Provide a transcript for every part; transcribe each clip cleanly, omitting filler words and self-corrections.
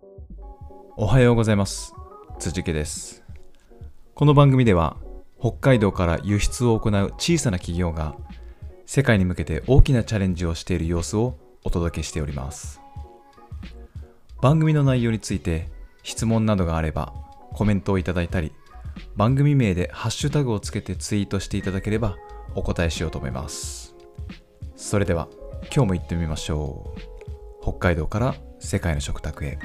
おはようございます。辻家です。この番組では北海道から輸出を行う小さな企業が世界に向けて大きなチャレンジをしている様子をお届けしております。番組の内容について質問などがあればコメントをいただいたり、番組名でハッシュタグをつけてツイートしていただければお答えしようと思います。それでは今日も行ってみましょう。北海道から世界の食卓へ。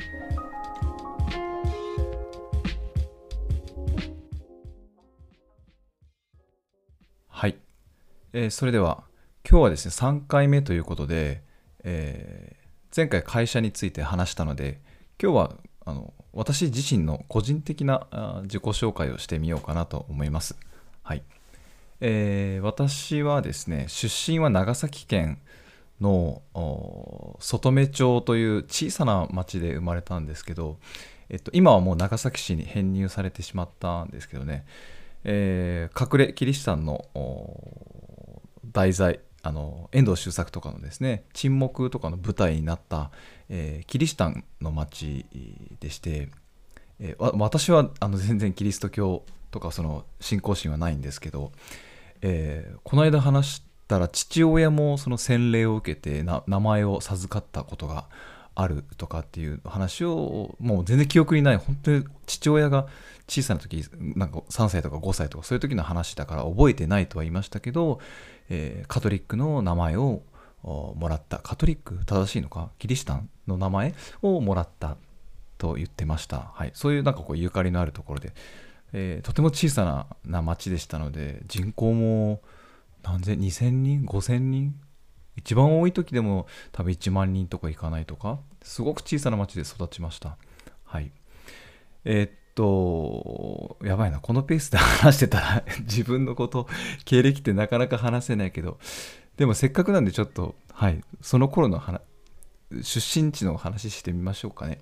はい、それでは今日はですね3回目ということで、前回会社について話したので、今日は私自身の個人的な自己紹介をしてみようかなと思います。はい。私はですね、出身は長崎県の外目町という小さな町で生まれたんですけど、今はもう長崎市に編入されてしまったんですけどね、隠れキリシタンの題材、遠藤周作とかのですね、沈黙とかの舞台になった、キリシタンの町でして、私は全然キリスト教とかその信仰心はないんですけど、この間話したら父親もその洗礼を受けて名前を授かったことがあるとかっていう話を、もう全然記憶にない、本当に父親が小さな時、なんか3歳とか5歳とかそういう時の話だから覚えてないとは言いましたけど、カトリックの名前をもらった、カトリック正しいのか、キリシタンの名前をもらったと言ってました。はい、そういうなんかこうゆかりのあるところで、とても小さな町でしたので、人口も何千、2000人、5000人、一番多い時でも多分1万人とかいかないとか、すごく小さな町で育ちました。はい。やばいな、このペースで話してたら自分のこと、経歴ってなかなか話せないけど、でもせっかくなんでちょっと、はい、その頃の出身地の話してみましょうかね。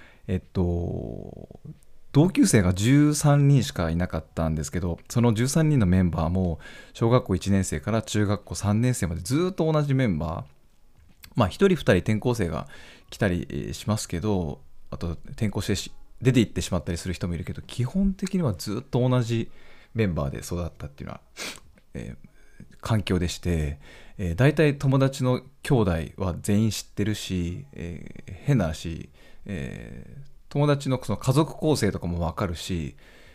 同級生が13人しかいなかったんですけど、その13人のメンバーも小学校1年生から中学校3年生までずっと同じメンバー、まあ1人2人転校生が来たりしますけど、あと転校して出て行ってしまったりする人もいるけど、基本的にはずっと同じメンバーで育ったっていうのは、環境でして、大体友達の兄弟は全員知ってるし、変な話、友達のその家族構成とかも分かるし、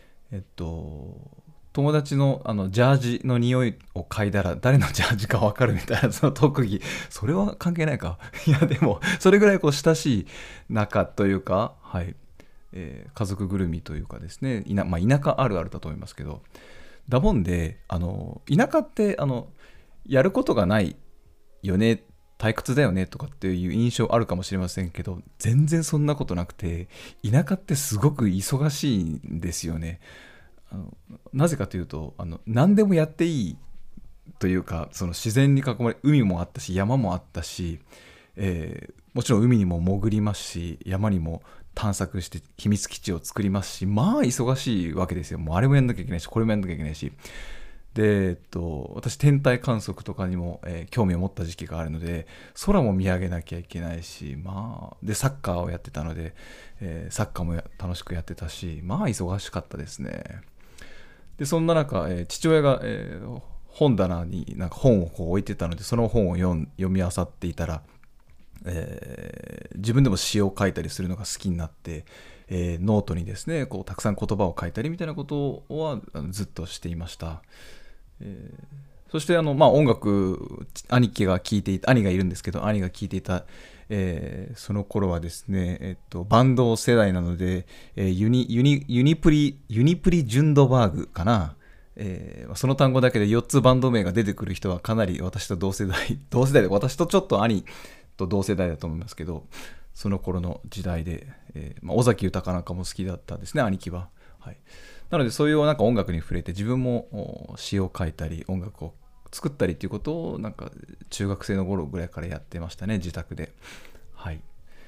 友達のジャージの匂いを嗅いだら誰のジャージか分かるみたいな、その特技、それは関係ないか。いやでもそれぐらいこう親しい仲というか、はい、家族ぐるみというかですね、まあ、田舎あるあるだと思いますけど、だもんで田舎ってやることがないよね、退屈だよねとかっていう印象あるかもしれませんけど、全然そんなことなくて、田舎ってすごく忙しいんですよね。あのなぜかというと何でもやっていいというか、その自然に囲まれ、海もあったし山もあったし、もちろん海にも潜りますし、山にも探索して秘密基地を作りますし、まあ忙しいわけですよ。もうあれもやんなきゃいけないし、これもやんなきゃいけないし、で、私天体観測とかにも、興味を持った時期があるので、空も見上げなきゃいけないし、まあでサッカーをやってたので、サッカーも楽しくやってたし、まあ忙しかったですね。でそんな中、父親が、本棚になんか本をこう置いてたので、その本を読み漁っていたら、自分でも詩を書いたりするのが好きになって、ノートにですねこうたくさん言葉を書いたりみたいなことはずっとしていました。そしてまあ、音楽、兄がいるんですけど、兄が聴いていた、その頃はですね、バンド世代なので、ユニプリジュンドバーグかな、その単語だけで4つバンド名が出てくる人はかなり私と同世代で、私とちょっと兄と同世代だと思いますけど、その頃の時代で、まあ、尾崎豊なんかも好きだったんですね、兄貴は。はい、なのでそういうなんか音楽に触れて、自分も詩を書いたり音楽を作ったりっていうことをなんか中学生の頃ぐらいからやってましたね、自宅で。はい。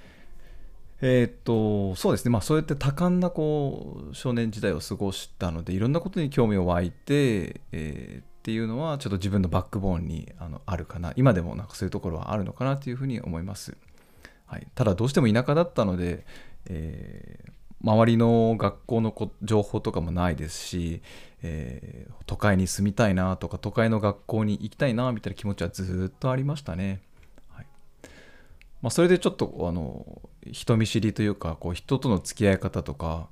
そうですね、まあそうやって多感なこう少年時代を過ごしたので、いろんなことに興味を湧いて、っていうのはちょっと自分のバックボーンにあるかな、今でもなんかそういうところはあるのかなというふうに思います。はい、ただどうしても田舎だったので、 周りの学校の情報とかもないですし、都会に住みたいなとか都会の学校に行きたいなみたいな気持ちはずっとありましたね。はい。それでちょっと人見知りというか人との付き合い方とか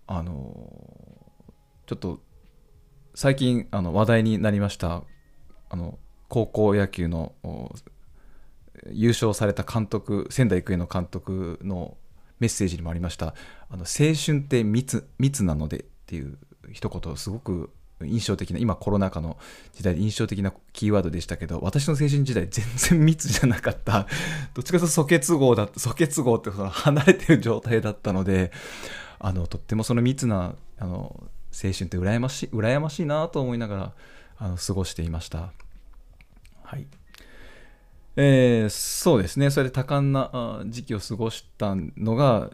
ちょっと最近話題になりました高校野球の優勝された監督、仙台育英の監督のメッセージにもありました青春って密なのでっていう一言、すごく印象的な、今コロナ禍の時代で印象的なキーワードでしたけど、私の青春時代全然密じゃなかったどっちかというと素結合ってその離れてる状態だったので、とってもその密な青春って羨ましいなと思いながら過ごしていました。はい。そうですね。それで多感な時期を過ごしたのが、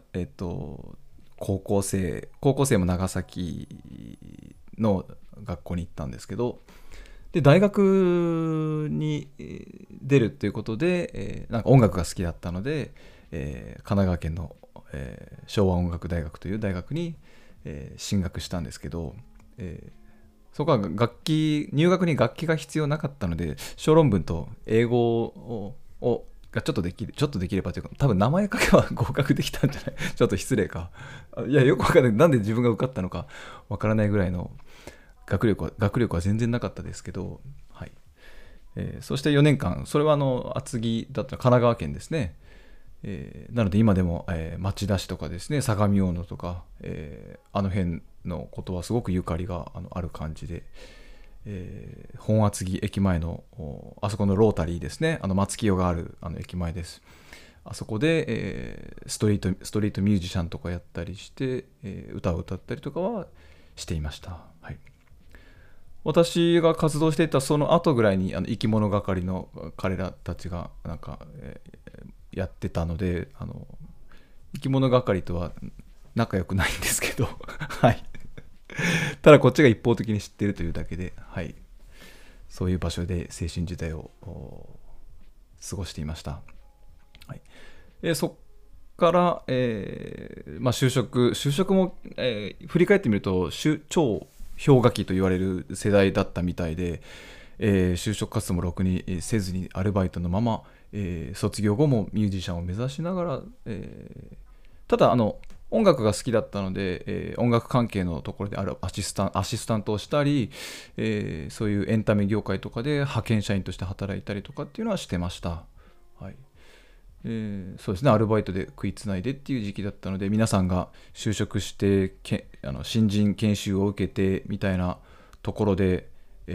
高校生も長崎の学校に行ったんですけど、で大学に出るっていうことで、なんか音楽が好きだったので、神奈川県の、昭和音楽大学という大学に、進学したんですけど、そこは入学に楽器が必要なかったので、小論文と英語がちょっとできればというか、多分名前書けば合格できたんじゃないちょっと失礼か。いや、よくわかんない。なんで自分が受かったのかわからないぐらいの学力は全然なかったですけど、はい。そして4年間、それは厚木だった神奈川県ですね。なので今でも、町田市とかですね、相模大野とか、あの辺のことはすごくゆかりがある感じで、本厚木駅前のあそこのロータリーですね、松清がある駅前です。あそこで、ストリートミュージシャンとかやったりして、歌を歌ったりとかはしていました。はい。私が活動していたその後ぐらいに生き物係の彼らたちがなんか、やってたので、生き物係とは仲良くないんですけどはい。ただこっちが一方的に知ってるというだけで、はい、そういう場所で青春時代を過ごしていました。はい。そっから、就職も、振り返ってみると超氷河期と言われる世代だったみたいで、就職活動もろくにせずにアルバイトのまま、卒業後もミュージシャンを目指しながら、ただ音楽が好きだったので、音楽関係のところでアシスタントをしたり、そういうエンタメ業界とかで派遣社員として働いたりとかっていうのはしてました。はい。そうですね、アルバイトで食いつないでっていう時期だったので、皆さんが就職して新人研修を受けてみたいなところで、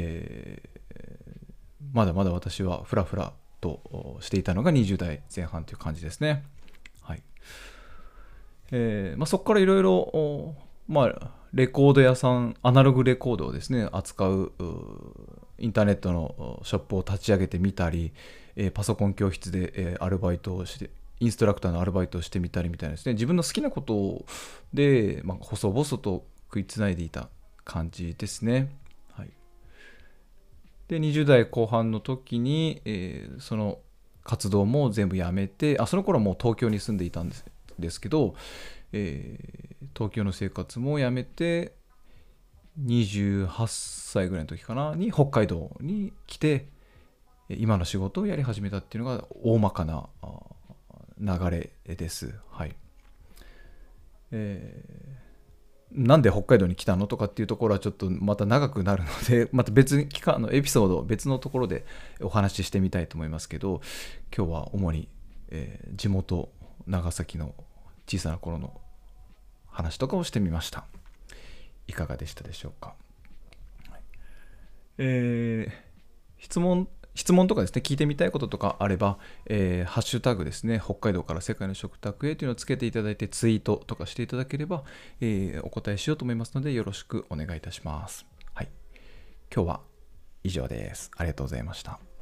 まだまだ私はフラフラとしていたのが20代前半という感じですね。はい。そこからいろいろレコード屋さん、アナログレコードをですね扱うインターネットのショップを立ち上げてみたり、パソコン教室でアルバイトをしてインストラクターのアルバイトをしてみたりみたいなですね、自分の好きなことで、細々と食いつないでいた感じですね。はい。で20代後半の時に、その活動も全部やめて、その頃はもう東京に住んでいたんですけど、東京の生活もやめて28歳ぐらいの時かなに北海道に来て今の仕事をやり始めたっていうのが大まかな流れです。はい。なんで北海道に来たのとかっていうところはちょっとまた長くなるので、また別にエピソード別のところでお話ししてみたいと思いますけど、今日は主に、地元長崎の小さな頃の話とかをしてみました。いかがでしたでしょうか。はい。質問とかですね、聞いてみたいこととかあれば、ハッシュタグですね、北海道から世界の食卓へというのをつけていただいてツイートとかしていただければ、お答えしようと思いますのでよろしくお願いいたします。はい。今日は以上です。ありがとうございました。